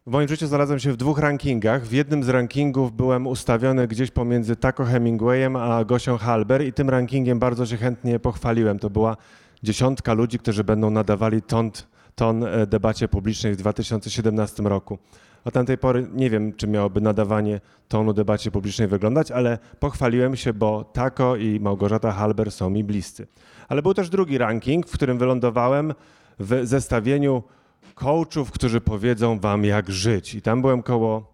W moim życiu znalazłem się w 2 rankingach. W jednym z rankingów byłem ustawiony gdzieś pomiędzy Taco Hemingwayem a Gosią Halber i tym rankingiem bardzo się chętnie pochwaliłem. To była 10 ludzi, którzy będą nadawali ton debacie publicznej w 2017 roku. Od tamtej pory nie wiem, czy miałoby nadawanie tonu debacie publicznej wyglądać, ale pochwaliłem się, bo Taco i Małgorzata Halber są mi bliscy. Ale był też drugi ranking, w którym wylądowałem w zestawieniu coachów, którzy powiedzą wam, jak żyć. I tam byłem koło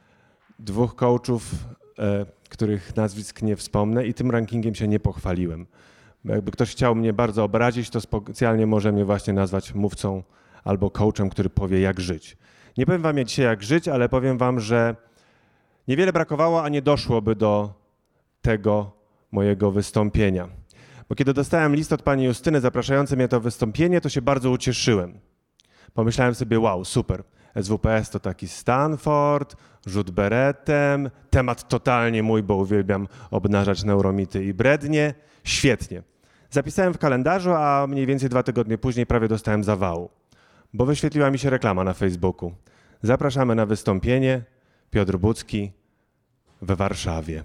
2 coachów, których nazwisk nie wspomnę i tym rankingiem się nie pochwaliłem. Bo jakby ktoś chciał mnie bardzo obrazić, to specjalnie może mnie właśnie nazwać mówcą albo coachem, który powie, jak żyć. Nie powiem wam dzisiaj, jak żyć, ale powiem wam, że niewiele brakowało, a nie doszłoby do tego mojego wystąpienia. Bo kiedy dostałem list od pani Justyny zapraszający mnie to wystąpienie, to się bardzo ucieszyłem. Pomyślałem sobie, wow, super, SWPS to taki Stanford, rzut beretem, temat totalnie mój, bo uwielbiam obnażać neuromity i brednie, świetnie. Zapisałem w kalendarzu, a mniej więcej 2 tygodnie później prawie dostałem zawału, bo wyświetliła mi się reklama na Facebooku. Zapraszamy na wystąpienie, Piotr Budzki we Warszawie.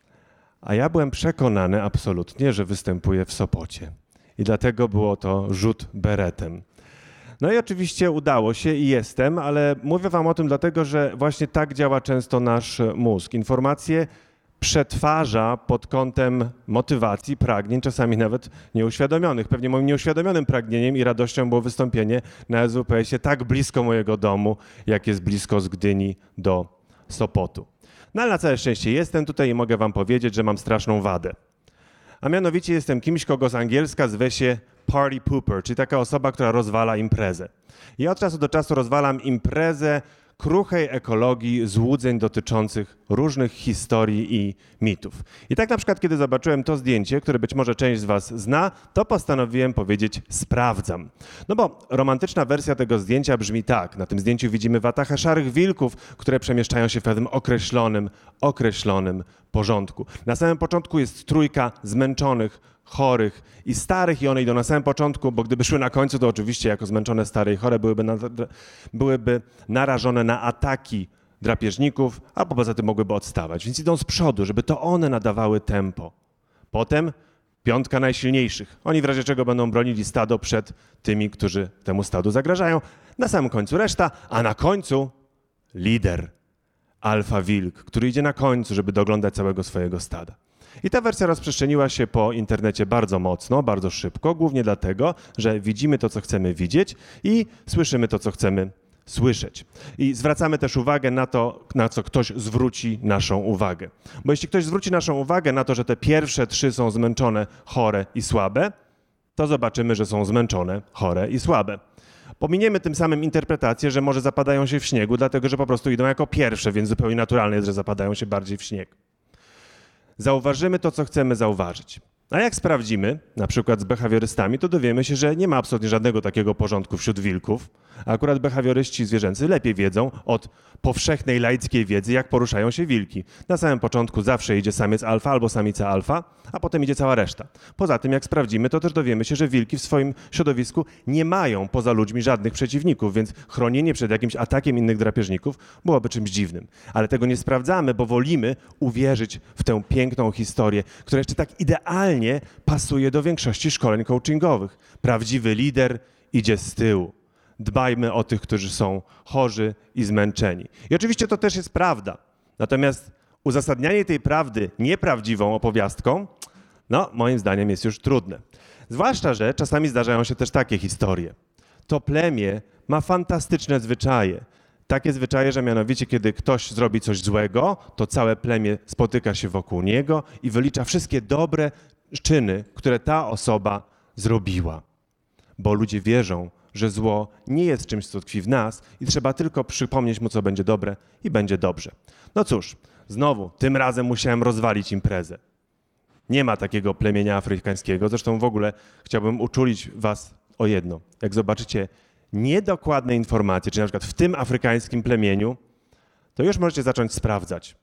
A ja byłem przekonany absolutnie, że występuję w Sopocie i dlatego było to rzut beretem. No i oczywiście udało się i jestem, ale mówię wam o tym dlatego, że właśnie tak działa często nasz mózg. Informacje przetwarza pod kątem motywacji, pragnień, czasami nawet nieuświadomionych. Pewnie moim nieuświadomionym pragnieniem i radością było wystąpienie na SWPS-ie tak blisko mojego domu, jak jest blisko z Gdyni do Sopotu. No ale na całe szczęście jestem tutaj i mogę wam powiedzieć, że mam straszną wadę. A mianowicie jestem kimś, kogo z angielska zwie się party pooper, czyli taka osoba, która rozwala imprezę. Ja od czasu do czasu rozwalam imprezę kruchej ekologii złudzeń dotyczących różnych historii i mitów. I tak na przykład, kiedy zobaczyłem to zdjęcie, które być może część z was zna, to postanowiłem powiedzieć sprawdzam. No bo romantyczna wersja tego zdjęcia brzmi tak. Na tym zdjęciu widzimy watachę szarych wilków, które przemieszczają się w pewnym określonym porządku. Na samym początku jest trójka zmęczonych, chorych i starych i one idą na samym początku, bo gdyby szły na końcu, to oczywiście jako zmęczone, stare i chore byłyby narażone na ataki drapieżników, albo poza tym mogłyby odstawać. Więc idą z przodu, żeby to one nadawały tempo. Potem 5 najsilniejszych. Oni w razie czego będą bronili stado przed tymi, którzy temu stadu zagrażają. Na samym końcu reszta, a na końcu lider, alfa wilk, który idzie na końcu, żeby doglądać całego swojego stada. I ta wersja rozprzestrzeniła się po internecie bardzo mocno, bardzo szybko, głównie dlatego, że widzimy to, co chcemy widzieć i słyszymy to, co chcemy słyszeć. I zwracamy też uwagę na to, na co ktoś zwróci naszą uwagę. Bo jeśli ktoś zwróci naszą uwagę na to, że te pierwsze 3 są zmęczone, chore i słabe, to zobaczymy, że są zmęczone, chore i słabe. Pominiemy tym samym interpretację, że może zapadają się w śniegu, dlatego że po prostu idą jako pierwsze, więc zupełnie naturalne jest, że zapadają się bardziej w śnieg. Zauważymy to, co chcemy zauważyć. A jak sprawdzimy, na przykład z behawiorystami, to dowiemy się, że nie ma absolutnie żadnego takiego porządku wśród wilków. A akurat behawioryści zwierzęcy lepiej wiedzą od powszechnej laickiej wiedzy, jak poruszają się wilki. Na samym początku zawsze idzie samiec alfa albo samica alfa, a potem idzie cała reszta. Poza tym, jak sprawdzimy, to też dowiemy się, że wilki w swoim środowisku nie mają poza ludźmi żadnych przeciwników, więc chronienie przed jakimś atakiem innych drapieżników byłoby czymś dziwnym. Ale tego nie sprawdzamy, bo wolimy uwierzyć w tę piękną historię, która jeszcze tak idealnie pasuje do większości szkoleń coachingowych. Prawdziwy lider idzie z tyłu. Dbajmy o tych, którzy są chorzy i zmęczeni. I oczywiście to też jest prawda. Natomiast uzasadnianie tej prawdy nieprawdziwą opowiastką, no moim zdaniem jest już trudne. Zwłaszcza, że czasami zdarzają się też takie historie. To plemię ma fantastyczne zwyczaje. Takie zwyczaje, że mianowicie kiedy ktoś zrobi coś złego, to całe plemię spotyka się wokół niego i wylicza wszystkie dobre czyny, które ta osoba zrobiła. Bo ludzie wierzą, że zło nie jest czymś, co tkwi w nas i trzeba tylko przypomnieć mu, co będzie dobre i będzie dobrze. No cóż, znowu, tym razem musiałem rozwalić imprezę. Nie ma takiego plemienia afrykańskiego, zresztą w ogóle chciałbym uczulić was o jedno. Jak zobaczycie niedokładne informacje, czy na przykład w tym afrykańskim plemieniu, to już możecie zacząć sprawdzać,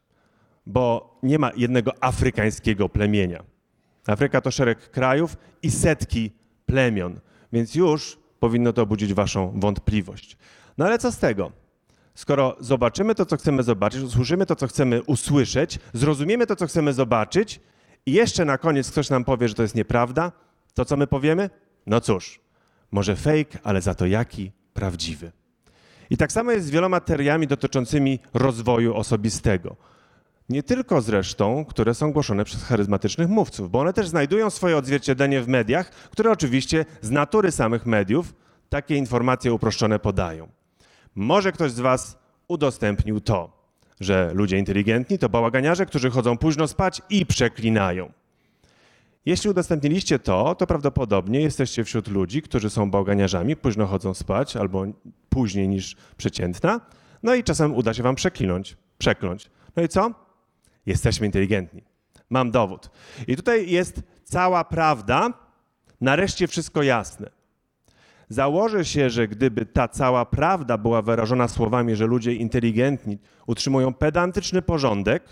bo nie ma jednego afrykańskiego plemienia. Afryka to szereg krajów i setki plemion, więc już powinno to budzić waszą wątpliwość. No ale co z tego? skoro zobaczymy to, co chcemy zobaczyć, usłyszymy to, co chcemy usłyszeć, zrozumiemy to, co chcemy zobaczyć i jeszcze na koniec ktoś nam powie, że to jest nieprawda, to co my powiemy? No cóż, może fake, ale za to jaki prawdziwy. I tak samo jest z wieloma teoriami dotyczącymi rozwoju osobistego. Nie tylko zresztą, które są głoszone przez charyzmatycznych mówców, bo one też znajdują swoje odzwierciedlenie w mediach, które oczywiście z natury samych mediów takie informacje uproszczone podają. Może ktoś z was udostępnił to, że ludzie inteligentni to bałaganiarze, którzy chodzą późno spać i przeklinają. Jeśli udostępniliście to prawdopodobnie jesteście wśród ludzi, którzy są bałaganiarzami, późno chodzą spać albo później niż przeciętna, no i czasem uda się wam przekląć. No i co? Jesteśmy inteligentni. Mam dowód. I tutaj jest cała prawda, nareszcie wszystko jasne. Założę się, że gdyby ta cała prawda była wyrażona słowami, że ludzie inteligentni utrzymują pedantyczny porządek,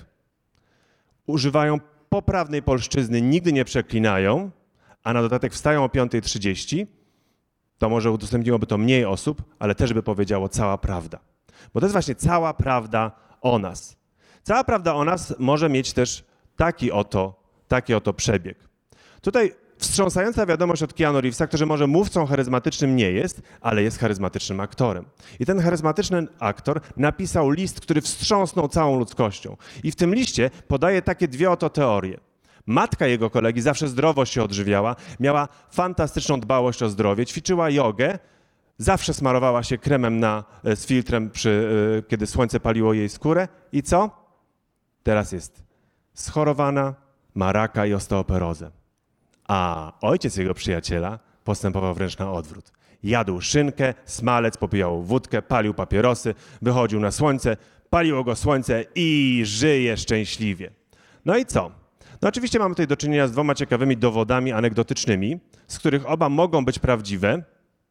używają poprawnej polszczyzny, nigdy nie przeklinają, a na dodatek wstają o 5:30, to może udostępniłoby to mniej osób, ale też by powiedziało cała prawda. Bo to jest właśnie cała prawda o nas. Cała prawda o nas może mieć też taki oto przebieg. Tutaj wstrząsająca wiadomość od Keanu Reevesa, który może mówcą charyzmatycznym nie jest, ale jest charyzmatycznym aktorem. I ten charyzmatyczny aktor napisał list, który wstrząsnął całą ludzkością. I w tym liście podaje takie dwie oto teorie. Matka jego kolegi zawsze zdrowo się odżywiała, miała fantastyczną dbałość o zdrowie, ćwiczyła jogę, zawsze smarowała się kremem z filtrem, kiedy słońce paliło jej skórę. I co? Teraz jest schorowana, ma raka i osteoporozę. A ojciec jego przyjaciela postępował wręcz na odwrót. Jadł szynkę, smalec, popijał wódkę, palił papierosy, wychodził na słońce, paliło go słońce i żyje szczęśliwie. No i co? No oczywiście mamy tutaj do czynienia z dwoma ciekawymi dowodami anegdotycznymi, z których oba mogą być prawdziwe,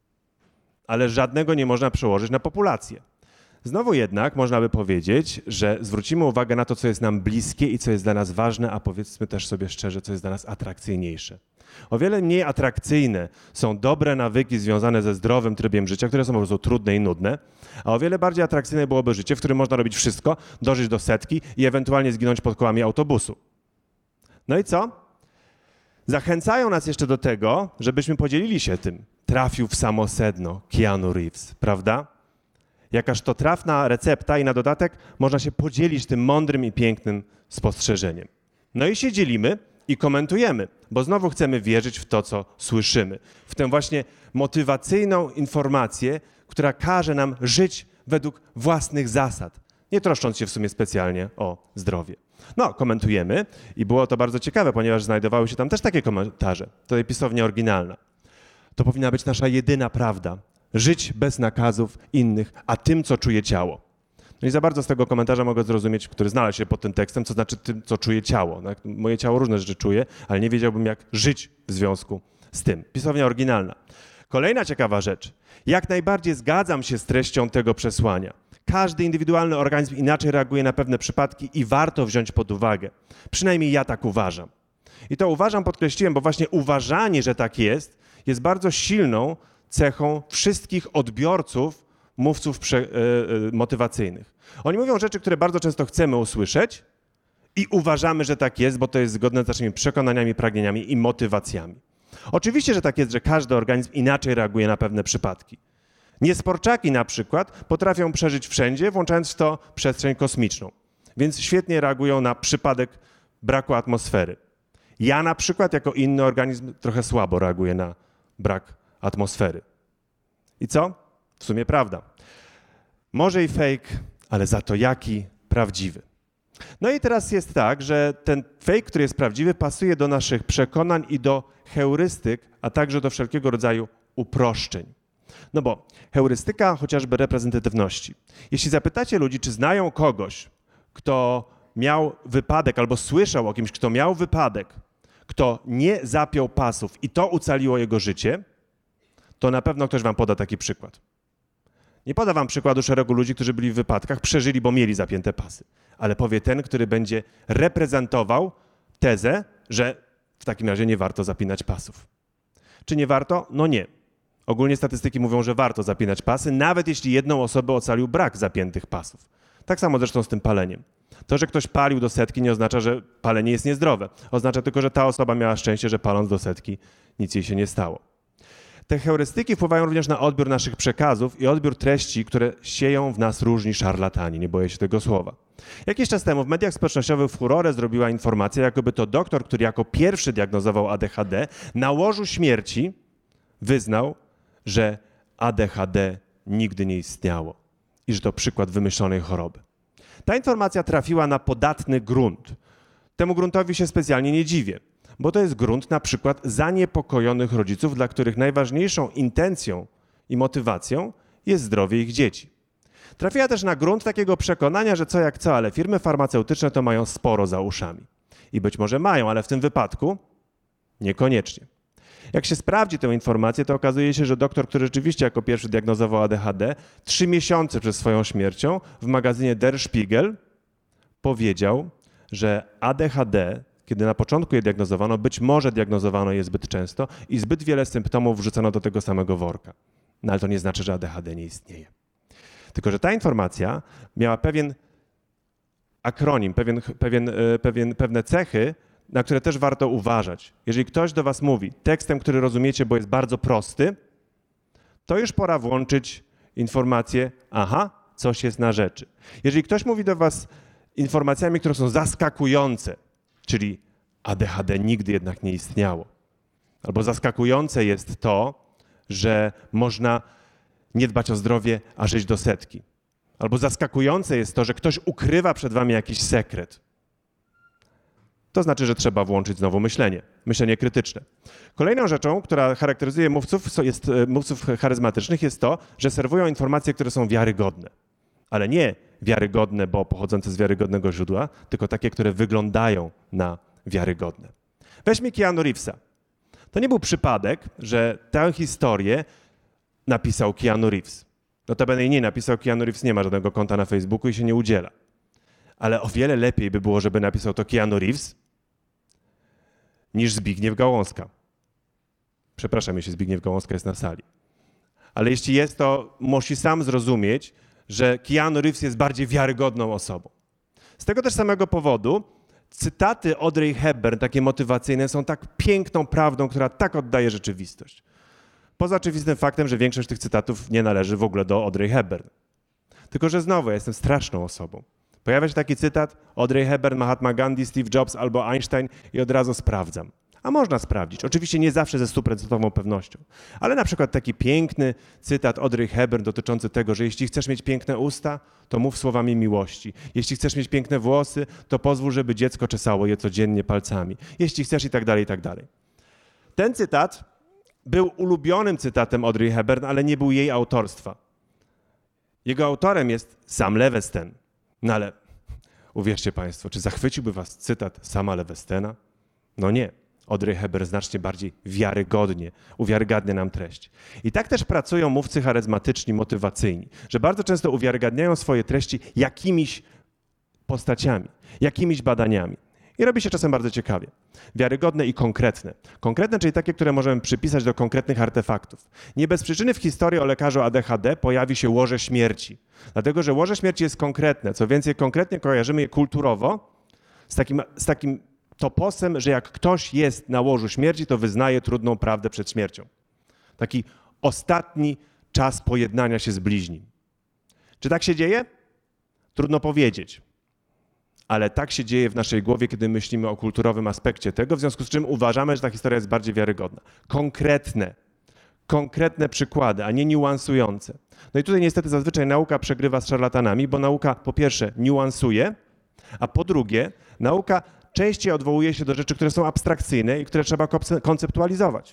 ale żadnego nie można przełożyć na populację. Znowu jednak można by powiedzieć, że zwrócimy uwagę na to, co jest nam bliskie i co jest dla nas ważne, a powiedzmy też sobie szczerze, co jest dla nas atrakcyjniejsze. O wiele mniej atrakcyjne są dobre nawyki związane ze zdrowym trybem życia, które są po prostu trudne i nudne, a o wiele bardziej atrakcyjne byłoby życie, w którym można robić wszystko, dożyć do setki i ewentualnie zginąć pod kołami autobusu. No i co? Zachęcają nas jeszcze do tego, żebyśmy podzielili się tym. Trafił w samo sedno Keanu Reeves, prawda? Jakaż to trafna recepta i na dodatek można się podzielić tym mądrym i pięknym spostrzeżeniem. No i się dzielimy i komentujemy, bo znowu chcemy wierzyć w to, co słyszymy. W tę właśnie motywacyjną informację, która każe nam żyć według własnych zasad, nie troszcząc się w sumie specjalnie o zdrowie. No, komentujemy i było to bardzo ciekawe, ponieważ znajdowały się tam też takie komentarze. To jest pisownia oryginalna. To powinna być nasza jedyna prawda. Żyć bez nakazów innych, a tym, co czuje ciało. No i za bardzo z tego komentarza mogę zrozumieć, który znalazł się pod tym tekstem, co znaczy tym, co czuje ciało. No, moje ciało różne rzeczy czuje, ale nie wiedziałbym, jak żyć w związku z tym. Pisownia oryginalna. Kolejna ciekawa rzecz. Jak najbardziej zgadzam się z treścią tego przesłania. Każdy indywidualny organizm inaczej reaguje na pewne przypadki i warto wziąć pod uwagę. Przynajmniej ja tak uważam. I to uważam, podkreśliłem, bo właśnie uważanie, że tak jest bardzo silną cechą wszystkich odbiorców mówców motywacyjnych. Oni mówią rzeczy, które bardzo często chcemy usłyszeć i uważamy, że tak jest, bo to jest zgodne z naszymi przekonaniami, pragnieniami i motywacjami. Oczywiście, że tak jest, że każdy organizm inaczej reaguje na pewne przypadki. Niesporczaki na przykład potrafią przeżyć wszędzie, włączając w to przestrzeń kosmiczną, więc świetnie reagują na przypadek braku atmosfery. Ja na przykład jako inny organizm trochę słabo reaguję na brak atmosfery. I co? W sumie prawda. Może i fake, ale za to jaki prawdziwy. No i teraz jest tak, że ten fake, który jest prawdziwy, pasuje do naszych przekonań i do heurystyk, a także do wszelkiego rodzaju uproszczeń. No bo heurystyka chociażby reprezentatywności. Jeśli zapytacie ludzi, czy znają kogoś, kto miał wypadek albo słyszał o kimś, kto miał wypadek, kto nie zapiął pasów i to ocaliło jego życie, to na pewno ktoś wam poda taki przykład. Nie poda wam przykładu szeregu ludzi, którzy byli w wypadkach, przeżyli, bo mieli zapięte pasy, ale powie ten, który będzie reprezentował tezę, że w takim razie nie warto zapinać pasów. Czy nie warto? No nie. Ogólnie statystyki mówią, że warto zapinać pasy, nawet jeśli jedną osobę ocalił brak zapiętych pasów. Tak samo zresztą z tym paleniem. To, że ktoś palił do setki, nie oznacza, że palenie jest niezdrowe. Oznacza tylko, że ta osoba miała szczęście, że paląc do setki nic jej się nie stało. Te heurystyki wpływają również na odbiór naszych przekazów i odbiór treści, które sieją w nas różni szarlatani, nie boję się tego słowa. Jakiś czas temu w mediach społecznościowych furorę zrobiła informacja, jakoby to doktor, który jako pierwszy diagnozował ADHD, na łożu śmierci wyznał, że ADHD nigdy nie istniało i że to przykład wymyślonej choroby. Ta informacja trafiła na podatny grunt. Temu gruntowi się specjalnie nie dziwię, bo to jest grunt na przykład zaniepokojonych rodziców, dla których najważniejszą intencją i motywacją jest zdrowie ich dzieci. Trafiła też na grunt takiego przekonania, że co jak co, ale firmy farmaceutyczne to mają sporo za uszami. I być może mają, ale w tym wypadku niekoniecznie. Jak się sprawdzi tę informację, to okazuje się, że doktor, który rzeczywiście jako pierwszy diagnozował ADHD, 3 miesiące przed swoją śmiercią w magazynie Der Spiegel powiedział, że ADHD, kiedy na początku je diagnozowano, być może diagnozowano je zbyt często i zbyt wiele symptomów wrzucono do tego samego worka. No ale to nie znaczy, że ADHD nie istnieje. Tylko że ta informacja miała pewien akronim, pewne cechy, na które też warto uważać. Jeżeli ktoś do was mówi tekstem, który rozumiecie, bo jest bardzo prosty, to już pora włączyć informację, aha, coś jest na rzeczy. Jeżeli ktoś mówi do was informacjami, które są zaskakujące, czyli ADHD nigdy jednak nie istniało, albo zaskakujące jest to, że można nie dbać o zdrowie, a żyć do setki. Albo zaskakujące jest to, że ktoś ukrywa przed wami jakiś sekret. To znaczy, że trzeba włączyć znowu myślenie krytyczne. Kolejną rzeczą, która charakteryzuje mówców charyzmatycznych jest to, że serwują informacje, które są wiarygodne. Ale nie wiarygodne, bo pochodzące z wiarygodnego źródła, tylko takie, które wyglądają na wiarygodne. Weźmy Keanu Reevesa. To nie był przypadek, że tę historię napisał Keanu Reeves. Notabene jej nie napisał, Keanu Reeves nie ma żadnego konta na Facebooku i się nie udziela. Ale o wiele lepiej by było, żeby napisał to Keanu Reeves niż Zbigniew Gałązka. Przepraszam, jeśli Zbigniew Gałązka jest na sali. Ale jeśli jest, to musi sam zrozumieć, że Keanu Reeves jest bardziej wiarygodną osobą. Z tego też samego powodu cytaty Audrey Hepburn, takie motywacyjne, są tak piękną prawdą, która tak oddaje rzeczywistość. Poza oczywistym faktem, że większość tych cytatów nie należy w ogóle do Audrey Hepburn. Tylko że znowu, ja jestem straszną osobą. Pojawia się taki cytat, Audrey Hepburn, Mahatma Gandhi, Steve Jobs albo Einstein i od razu sprawdzam. A można sprawdzić. Oczywiście nie zawsze ze 100% pewnością. Ale na przykład taki piękny cytat Audrey Hepburn dotyczący tego, że jeśli chcesz mieć piękne usta, to mów słowami miłości. Jeśli chcesz mieć piękne włosy, to pozwól, żeby dziecko czesało je codziennie palcami. Jeśli chcesz i tak dalej, i tak dalej. Ten cytat był ulubionym cytatem Audrey Hepburn, ale nie był jej autorstwa. Jego autorem jest Sam Levenstein. No ale uwierzcie państwo, czy zachwyciłby was cytat Sama Levensteina? No nie. Audrey Hepburn znacznie bardziej wiarygodnie uwiarygadnia nam treść. I tak też pracują mówcy charyzmatyczni, motywacyjni, że bardzo często uwiarygadniają swoje treści jakimiś postaciami, jakimiś badaniami. I robi się czasem bardzo ciekawie. Wiarygodne i konkretne. Konkretne, czyli takie, które możemy przypisać do konkretnych artefaktów. Nie bez przyczyny w historii o lekarzu ADHD pojawi się łoże śmierci. Dlatego, że łoże śmierci jest konkretne. Co więcej, konkretnie kojarzymy je kulturowo z takim toposem, że jak ktoś jest na łożu śmierci, to wyznaje trudną prawdę przed śmiercią. Taki ostatni czas pojednania się z bliźnim. Czy tak się dzieje? Trudno powiedzieć. Ale tak się dzieje w naszej głowie, kiedy myślimy o kulturowym aspekcie tego, w związku z czym uważamy, że ta historia jest bardziej wiarygodna. Konkretne przykłady, a nie niuansujące. No i tutaj niestety zazwyczaj nauka przegrywa z szarlatanami, bo nauka po pierwsze niuansuje, a po drugie nauka częściej odwołuje się do rzeczy, które są abstrakcyjne i które trzeba konceptualizować.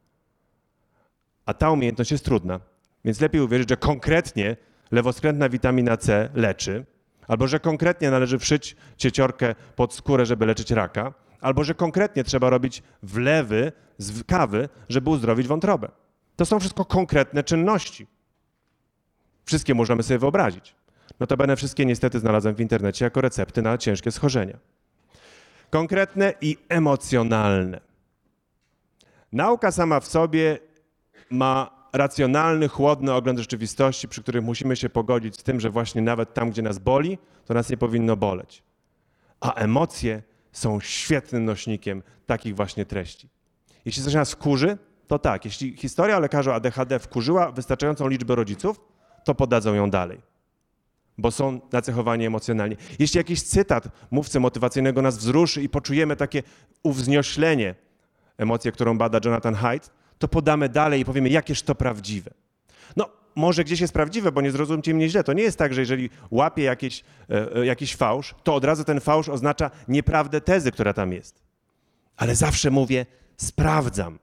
A ta umiejętność jest trudna, więc lepiej uwierzyć, że konkretnie lewoskrętna witamina C leczy, albo że konkretnie należy wszyć cieciorkę pod skórę, żeby leczyć raka, albo że konkretnie trzeba robić wlewy z kawy, żeby uzdrowić wątrobę. To są wszystko konkretne czynności. Wszystkie możemy sobie wyobrazić. Notabene wszystkie niestety znalazłem w internecie jako recepty na ciężkie schorzenia. Konkretne i emocjonalne. Nauka sama w sobie ma racjonalny, chłodny ogląd rzeczywistości, przy którym musimy się pogodzić z tym, że właśnie nawet tam, gdzie nas boli, to nas nie powinno boleć. A emocje są świetnym nośnikiem takich właśnie treści. Jeśli coś nas wkurzy, to tak, jeśli historia o lekarzu ADHD wkurzyła wystarczającą liczbę rodziców, to podadzą ją dalej, bo są nacechowani emocjonalnie. Jeśli jakiś cytat mówcy motywacyjnego nas wzruszy i poczujemy takie uwznioślenie, emocję, którą bada Jonathan Haidt, to podamy dalej i powiemy, jakież to prawdziwe. No, może gdzieś jest prawdziwe, bo nie zrozumcie mnie źle. To nie jest tak, że jeżeli łapię jakiś fałsz, to od razu ten fałsz oznacza nieprawdę tezy, która tam jest. Ale zawsze mówię, sprawdzam.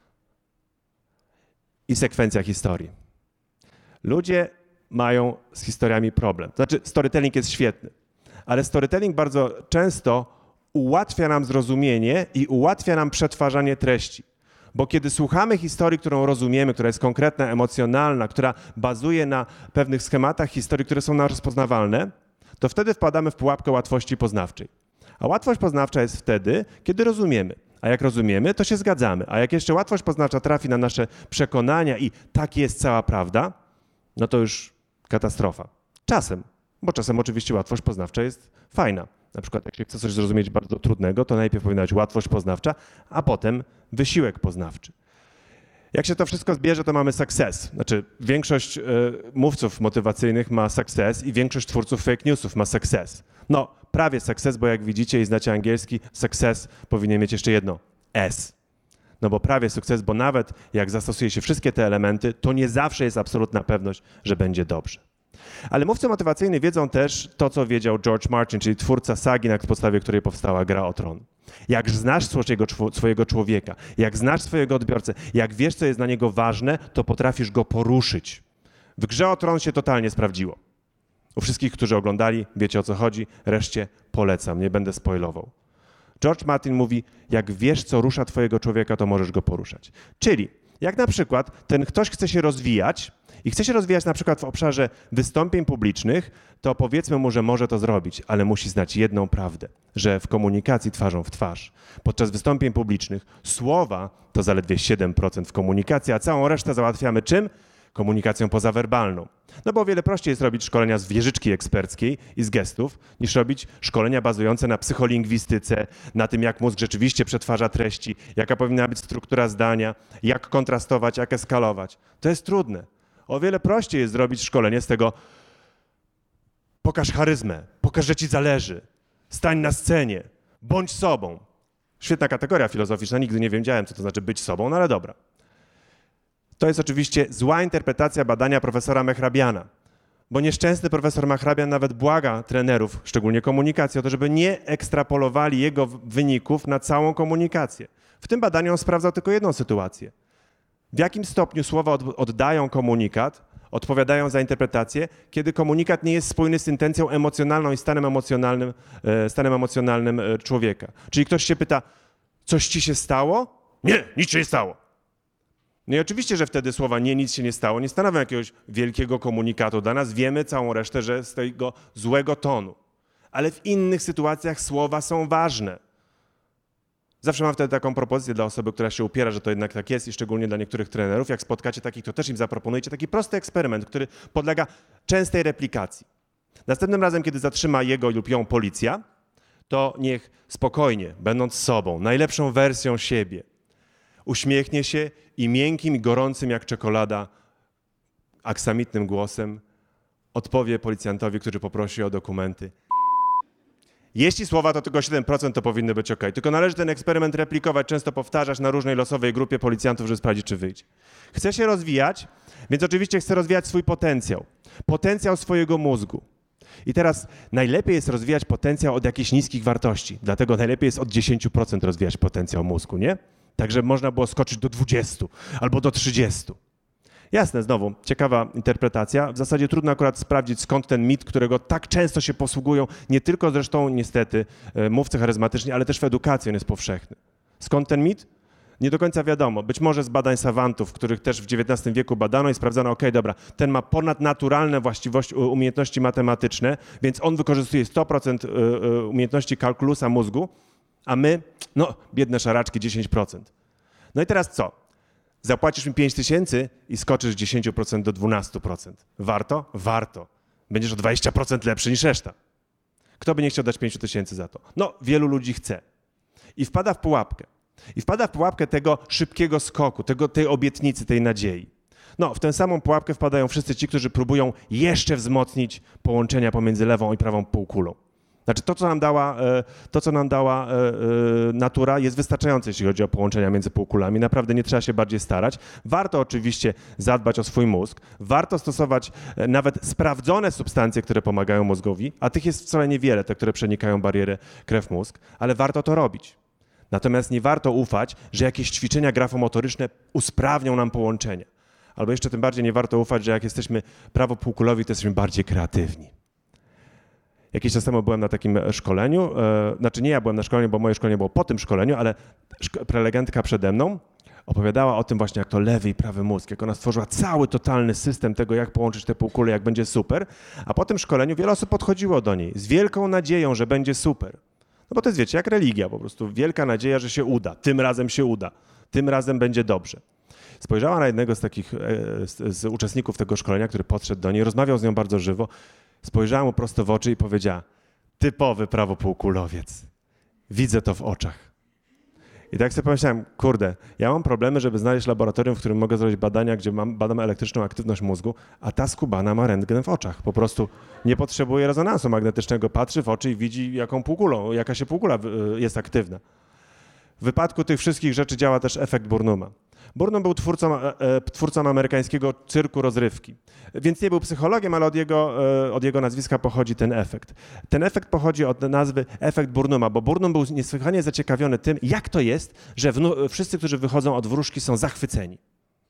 I sekwencja historii. Ludzie mają z historiami problem. To znaczy, storytelling jest świetny, ale storytelling bardzo często ułatwia nam zrozumienie i ułatwia nam przetwarzanie treści. Bo kiedy słuchamy historii, którą rozumiemy, która jest konkretna, emocjonalna, która bazuje na pewnych schematach historii, które są nam rozpoznawalne, to wtedy wpadamy w pułapkę łatwości poznawczej. A łatwość poznawcza jest wtedy, kiedy rozumiemy. A jak rozumiemy, to się zgadzamy. A jak jeszcze łatwość poznawcza trafi na nasze przekonania i tak jest cała prawda, no to już katastrofa. Czasem, bo czasem oczywiście łatwość poznawcza jest fajna. Na przykład jak się chce coś zrozumieć bardzo trudnego, to najpierw powinna być łatwość poznawcza, a potem wysiłek poznawczy. Jak się to wszystko zbierze, to mamy success. Znaczy większość mówców motywacyjnych ma success i większość twórców fake newsów ma success. No prawie success, bo jak widzicie i znacie angielski, success powinien mieć jeszcze jedno S. No bo prawie sukces, bo nawet jak zastosuje się wszystkie te elementy, to nie zawsze jest absolutna pewność, że będzie dobrze. Ale mówcy motywacyjni wiedzą też to, co wiedział George Martin, czyli twórca sagi, na podstawie której powstała Gra o Tron. Jak znasz swojego człowieka, jak znasz swojego odbiorcę, jak wiesz, co jest dla niego ważne, to potrafisz go poruszyć. W Grze o Tron się totalnie sprawdziło. U wszystkich, którzy oglądali, wiecie o co chodzi, reszcie polecam, nie będę spoilował. George Martin mówi, jak wiesz, co rusza twojego człowieka, to możesz go poruszać. Czyli jak na przykład ten ktoś chce się rozwijać i chce się rozwijać na przykład w obszarze wystąpień publicznych, to powiedzmy mu, że może to zrobić, ale musi znać jedną prawdę, że w komunikacji twarzą w twarz, podczas wystąpień publicznych słowa to zaledwie 7% w komunikacji, a całą resztę załatwiamy czym? Komunikacją pozawerbalną. No bo o wiele prościej jest robić szkolenia z wieżyczki eksperckiej i z gestów, niż robić szkolenia bazujące na psycholingwistyce, na tym, jak mózg rzeczywiście przetwarza treści, jaka powinna być struktura zdania, jak kontrastować, jak eskalować. To jest trudne. O wiele prościej jest zrobić szkolenie z tego pokaż charyzmę, pokaż, że ci zależy, stań na scenie, bądź sobą. Świetna kategoria filozoficzna, nigdy nie wiedziałem, co to znaczy być sobą, no ale dobra. To jest oczywiście zła interpretacja badania profesora Mehrabiana, bo nieszczęsny profesor Mehrabian nawet błaga trenerów, szczególnie komunikacji, o to, żeby nie ekstrapolowali jego wyników na całą komunikację. W tym badaniu on sprawdzał tylko jedną sytuację. W jakim stopniu słowa oddają komunikat, odpowiadają za interpretację, kiedy komunikat nie jest spójny z intencją emocjonalną i stanem emocjonalnym człowieka. Czyli ktoś się pyta, coś ci się stało? Nie, nic się nie stało. No i oczywiście, że wtedy słowa nie, nic się nie stało, nie stanowią jakiegoś wielkiego komunikatu dla nas. Wiemy całą resztę, że z tego złego tonu. Ale w innych sytuacjach słowa są ważne. Zawsze mam wtedy taką propozycję dla osoby, która się upiera, że to jednak tak jest i szczególnie dla niektórych trenerów. Jak spotkacie takich, to też im zaproponujecie taki prosty eksperyment, który podlega częstej replikacji. Następnym razem, kiedy zatrzyma jego lub ją policja, to niech spokojnie, będąc sobą, najlepszą wersją siebie, uśmiechnie się i miękkim i gorącym jak czekolada, aksamitnym głosem odpowie policjantowi, który poprosi o dokumenty. Jeśli słowa to tylko 7%, to powinny być ok. Tylko należy ten eksperyment replikować, często powtarzać na różnej losowej grupie policjantów, żeby sprawdzić, czy wyjdzie. Chcę się rozwijać, więc oczywiście chcę rozwijać swój potencjał swojego mózgu. I teraz najlepiej jest rozwijać potencjał od jakichś niskich wartości, dlatego najlepiej jest od 10% rozwijać potencjał mózgu, nie? Tak, żeby można było skoczyć do 20 albo do 30. Jasne, znowu, ciekawa interpretacja. W zasadzie trudno akurat sprawdzić, skąd ten mit, którego tak często się posługują, nie tylko zresztą niestety mówcy charyzmatyczni, ale też w edukacji on jest powszechny. Skąd ten mit? Nie do końca wiadomo. Być może z badań savantów, których też w XIX wieku badano i sprawdzano, okej, dobra, ten ma ponadnaturalne właściwości, umiejętności matematyczne, więc on wykorzystuje 100% umiejętności kalkulusa mózgu, a my, no, biedne szaraczki, 10%. No i teraz co? Zapłacisz mi 5 000 i skoczysz z 10% do 12%. Warto? Warto. Będziesz o 20% lepszy niż reszta. Kto by nie chciał dać 5 000 za to? No, wielu ludzi chce. I wpada w pułapkę. I wpada w pułapkę tego szybkiego skoku, tej obietnicy, tej nadziei. No, w tę samą pułapkę wpadają wszyscy ci, którzy próbują jeszcze wzmocnić połączenia pomiędzy lewą i prawą półkulą. Znaczy to, co nam dała natura, jest wystarczające, jeśli chodzi o połączenia między półkulami. Naprawdę nie trzeba się bardziej starać. Warto oczywiście zadbać o swój mózg. Warto stosować nawet sprawdzone substancje, które pomagają mózgowi, a tych jest wcale niewiele, te, które przenikają barierę krew-mózg, ale warto to robić. Natomiast nie warto ufać, że jakieś ćwiczenia grafomotoryczne usprawnią nam połączenia. Albo jeszcze tym bardziej nie warto ufać, że jak jesteśmy prawopółkulowi, to jesteśmy bardziej kreatywni. Jakiś czas temu byłem na takim szkoleniu, znaczy nie ja byłem na szkoleniu, bo moje szkolenie było po tym szkoleniu, ale prelegentka przede mną opowiadała o tym właśnie, jak to lewy i prawy mózg, jak ona stworzyła cały totalny system tego, jak połączyć te półkule, jak będzie super, a po tym szkoleniu wiele osób podchodziło do niej z wielką nadzieją, że będzie super. No bo to jest, wiecie, jak religia, po prostu wielka nadzieja, że się uda, tym razem się uda, tym razem będzie dobrze. Spojrzała na jednego z takich z uczestników tego szkolenia, który podszedł do niej, rozmawiał z nią bardzo żywo, spojrzała mu prosto w oczy i powiedziała: typowy prawopółkulowiec, widzę to w oczach. I tak sobie pomyślałem, kurde, ja mam problemy, żeby znaleźć laboratorium, w którym mogę zrobić badania, gdzie badam elektryczną aktywność mózgu, a ta skubana ma rentgen w oczach. Po prostu nie potrzebuje rezonansu magnetycznego, patrzy w oczy i widzi, jaka się półkula jest aktywna. W wypadku tych wszystkich rzeczy działa też efekt Burnuma. Burnham był twórcą amerykańskiego cyrku rozrywki, więc nie był psychologiem, ale od jego nazwiska pochodzi ten efekt. Ten efekt pochodzi od nazwy efekt Burnhama, bo Burnham był niesłychanie zaciekawiony tym, jak to jest, że wszyscy, którzy wychodzą od wróżki, są zachwyceni.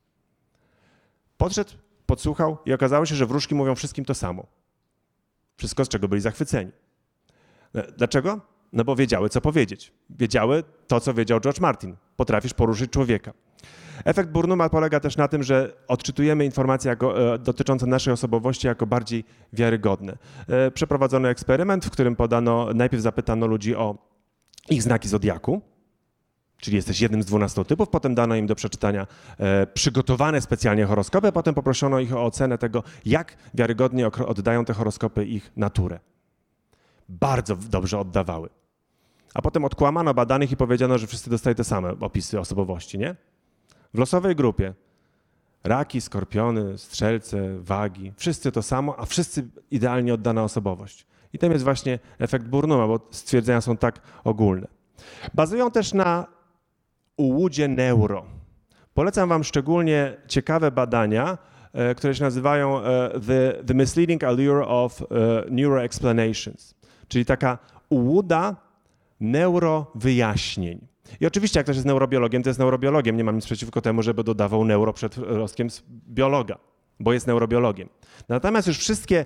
Podszedł, podsłuchał i okazało się, że wróżki mówią wszystkim to samo. Wszystko, z czego byli zachwyceni. Dlaczego? No bo wiedziały, co powiedzieć. Wiedziały to, co wiedział George Martin. Potrafisz poruszyć człowieka. Efekt Burnhama polega też na tym, że odczytujemy informacje dotyczące naszej osobowości jako bardziej wiarygodne. Przeprowadzono eksperyment, w którym najpierw zapytano ludzi o ich znaki zodiaku, czyli jesteś jednym z 12 typów, potem dano im do przeczytania przygotowane specjalnie horoskopy, a potem poproszono ich o ocenę tego, jak wiarygodnie oddają te horoskopy ich naturę. Bardzo dobrze oddawały. A potem odkłamano badanych i powiedziano, że wszyscy dostają te same opisy osobowości, nie? W losowej grupie raki, skorpiony, strzelce, wagi, wszyscy to samo, a wszyscy idealnie oddana osobowość. I tam jest właśnie efekt Burnhama, bo stwierdzenia są tak ogólne. Bazują też na ułudzie neuro. Polecam wam szczególnie ciekawe badania, które się nazywają The Misleading Allure of Neuroexplanations, czyli taka ułuda neurowyjaśnień. I oczywiście, jak ktoś jest neurobiologiem, to jest neurobiologiem. Nie mam nic przeciwko temu, żeby dodawał neuro przed roskiem z biologa, bo jest neurobiologiem. Natomiast już wszystkie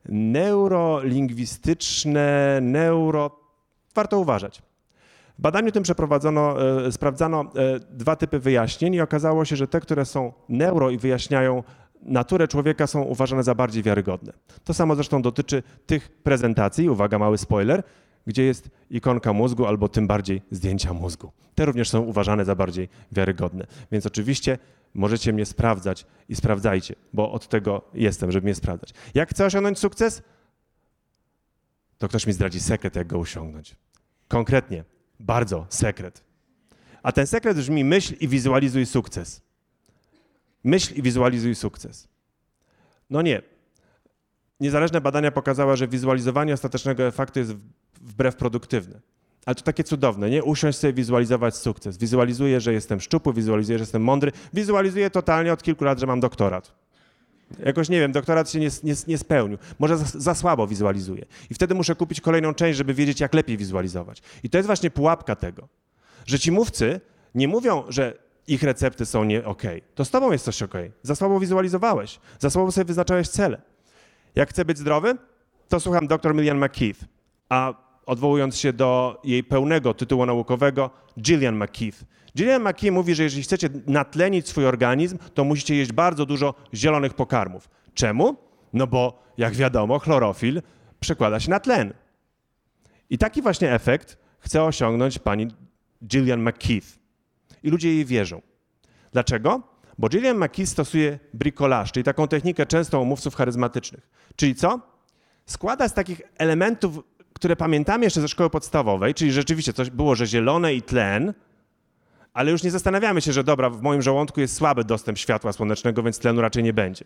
neurolingwistyczne, warto uważać. W badaniu tym sprawdzano 2 typy wyjaśnień i okazało się, że te, które są neuro i wyjaśniają naturę człowieka, są uważane za bardziej wiarygodne. To samo zresztą dotyczy tych prezentacji, uwaga, mały spoiler, gdzie jest ikonka mózgu albo tym bardziej zdjęcia mózgu. Te również są uważane za bardziej wiarygodne. Więc oczywiście możecie mnie sprawdzać i sprawdzajcie, bo od tego jestem, żeby mnie sprawdzać. Jak chcę osiągnąć sukces? To ktoś mi zdradzi sekret, jak go osiągnąć. Konkretnie, bardzo sekret. A ten sekret brzmi: myśl i wizualizuj sukces. Myśl i wizualizuj sukces. No nie. Niezależne badania pokazały, że wizualizowanie ostatecznego efektu jest wbrew produktywne. Ale to takie cudowne, nie? Usiąść sobie, wizualizować sukces. Wizualizuję, że jestem szczupły, wizualizuję, że jestem mądry. Wizualizuję totalnie od kilku lat, że mam doktorat. Jakoś, nie wiem, doktorat się nie spełnił. Może za słabo wizualizuję. I wtedy muszę kupić kolejną część, żeby wiedzieć, jak lepiej wizualizować. I to jest właśnie pułapka tego, że ci mówcy nie mówią, że ich recepty są nie okej. To z tobą jest coś okej. Za słabo wizualizowałeś. Za słabo sobie wyznaczałeś cele. Jak chcę być zdrowy, to słucham dr Gillian McKeith, a odwołując się do jej pełnego tytułu naukowego, Gillian McKeith. Gillian McKeith mówi, że jeżeli chcecie natlenić swój organizm, to musicie jeść bardzo dużo zielonych pokarmów. Czemu? No bo, jak wiadomo, chlorofil przekłada się na tlen. I taki właśnie efekt chce osiągnąć pani Gillian McKeith. I ludzie jej wierzą. Dlaczego? Bo Gillian McKee stosuje bricolage, czyli taką technikę często u mówców charyzmatycznych. Czyli co? Składa z takich elementów, które pamiętamy jeszcze ze szkoły podstawowej, czyli rzeczywiście coś było, że zielone i tlen, ale już nie zastanawiamy się, że dobra, w moim żołądku jest słaby dostęp światła słonecznego, więc tlenu raczej nie będzie.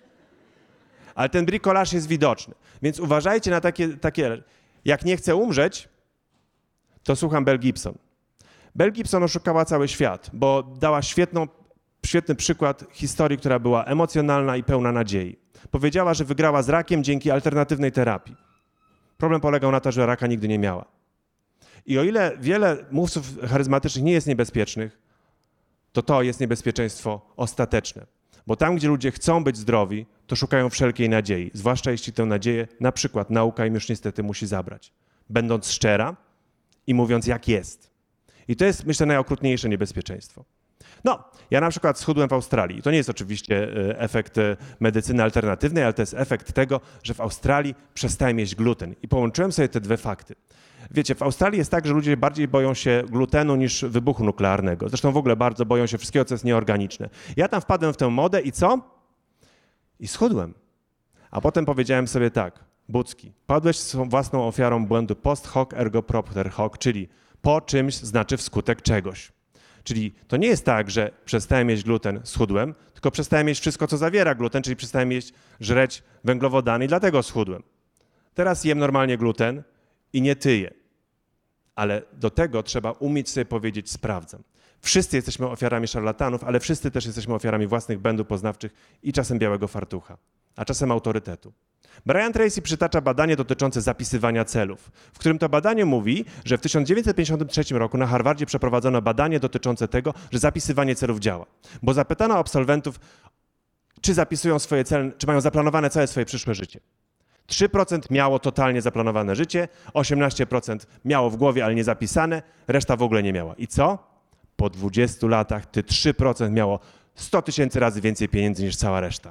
Ale ten bricolage jest widoczny, więc uważajcie na takie jak nie chcę umrzeć, to słucham Bell Gibson. Bell Gibson oszukała cały świat, bo dała świetny przykład historii, która była emocjonalna i pełna nadziei. Powiedziała, że wygrała z rakiem dzięki alternatywnej terapii. Problem polegał na to, że raka nigdy nie miała. I o ile wiele mówców charyzmatycznych nie jest niebezpiecznych, to jest niebezpieczeństwo ostateczne. Bo tam, gdzie ludzie chcą być zdrowi, to szukają wszelkiej nadziei. Zwłaszcza jeśli tę nadzieję na przykład nauka im już niestety musi zabrać. Będąc szczera i mówiąc jak jest. I to jest, myślę, najokrutniejsze niebezpieczeństwo. No, ja na przykład schudłem w Australii. To nie jest oczywiście efekt medycyny alternatywnej, ale to jest efekt tego, że w Australii przestałem jeść gluten. I połączyłem sobie te dwa fakty. Wiecie, w Australii jest tak, że ludzie bardziej boją się glutenu niż wybuchu nuklearnego. Zresztą w ogóle bardzo boją się wszystkiego, co jest nieorganiczne. Ja tam wpadłem w tę modę i co? I schudłem. A potem powiedziałem sobie tak, Bucki, padłeś własną ofiarą błędu post hoc ergo propter hoc, czyli po czymś znaczy wskutek czegoś. Czyli to nie jest tak, że przestałem jeść gluten, schudłem, tylko przestałem jeść wszystko, co zawiera gluten, czyli przestałem żreć węglowodany i dlatego schudłem. Teraz jem normalnie gluten i nie tyję. Ale do tego trzeba umieć sobie powiedzieć sprawdzam. Wszyscy jesteśmy ofiarami szarlatanów, ale wszyscy też jesteśmy ofiarami własnych błędów poznawczych i czasem białego fartucha, a czasem autorytetu. Brian Tracy przytacza badanie dotyczące zapisywania celów, w którym to badanie mówi, że w 1953 roku na Harvardzie przeprowadzono badanie dotyczące tego, że zapisywanie celów działa. Bo zapytano absolwentów, czy zapisują swoje cele, czy mają zaplanowane całe swoje przyszłe życie. 3% miało totalnie zaplanowane życie, 18% miało w głowie, ale nie zapisane, reszta w ogóle nie miała. I co? Po 20 latach te 3% miało 100 000 razy więcej pieniędzy niż cała reszta.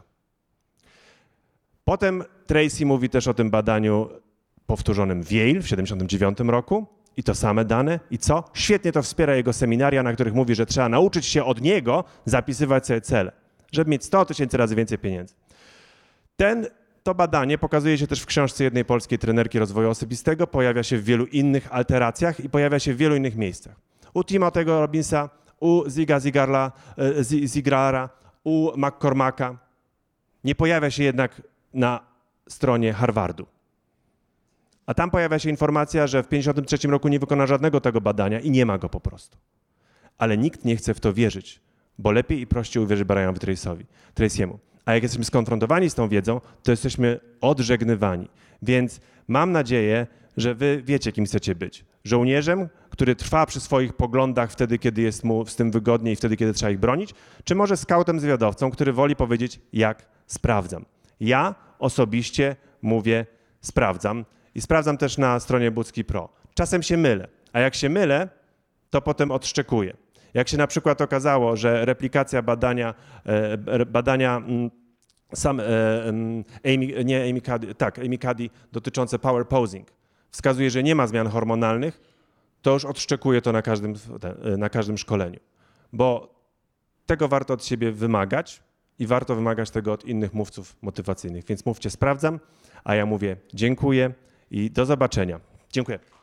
Potem Tracy mówi też o tym badaniu powtórzonym w Yale w 1979 roku i to same dane. I co? Świetnie to wspiera jego seminaria, na których mówi, że trzeba nauczyć się od niego zapisywać sobie cele, żeby mieć 100 000 razy więcej pieniędzy. To badanie pokazuje się też w książce jednej polskiej trenerki rozwoju osobistego, pojawia się w wielu innych alteracjach i pojawia się w wielu innych miejscach. U Timothy'ego Robbinsa, u Zigrara, u McCormacka. Nie pojawia się jednak na stronie Harvardu. A tam pojawia się informacja, że w 1953 roku nie wykona żadnego tego badania i nie ma go po prostu. Ale nikt nie chce w to wierzyć, bo lepiej i prościej uwierzy Brianowi Tracy'emu. A jak jesteśmy skonfrontowani z tą wiedzą, to jesteśmy odżegnywani. Więc mam nadzieję, że wy wiecie, kim chcecie być. Żołnierzem, który trwa przy swoich poglądach wtedy, kiedy jest mu z tym wygodnie i wtedy, kiedy trzeba ich bronić, czy może skautem zwiadowcą, który woli powiedzieć, jak sprawdzam. Ja osobiście mówię, sprawdzam i sprawdzam też na stronie Bucki Pro. Czasem się mylę, a jak się mylę, to potem odszczekuję. Jak się na przykład okazało, że replikacja badania Amy Cuddy dotyczące power posing wskazuje, że nie ma zmian hormonalnych, to już odszczekuję to na każdym szkoleniu. Bo tego warto od siebie wymagać i warto wymagać tego od innych mówców motywacyjnych. Więc mówcie sprawdzam, a ja mówię dziękuję i do zobaczenia. Dziękuję.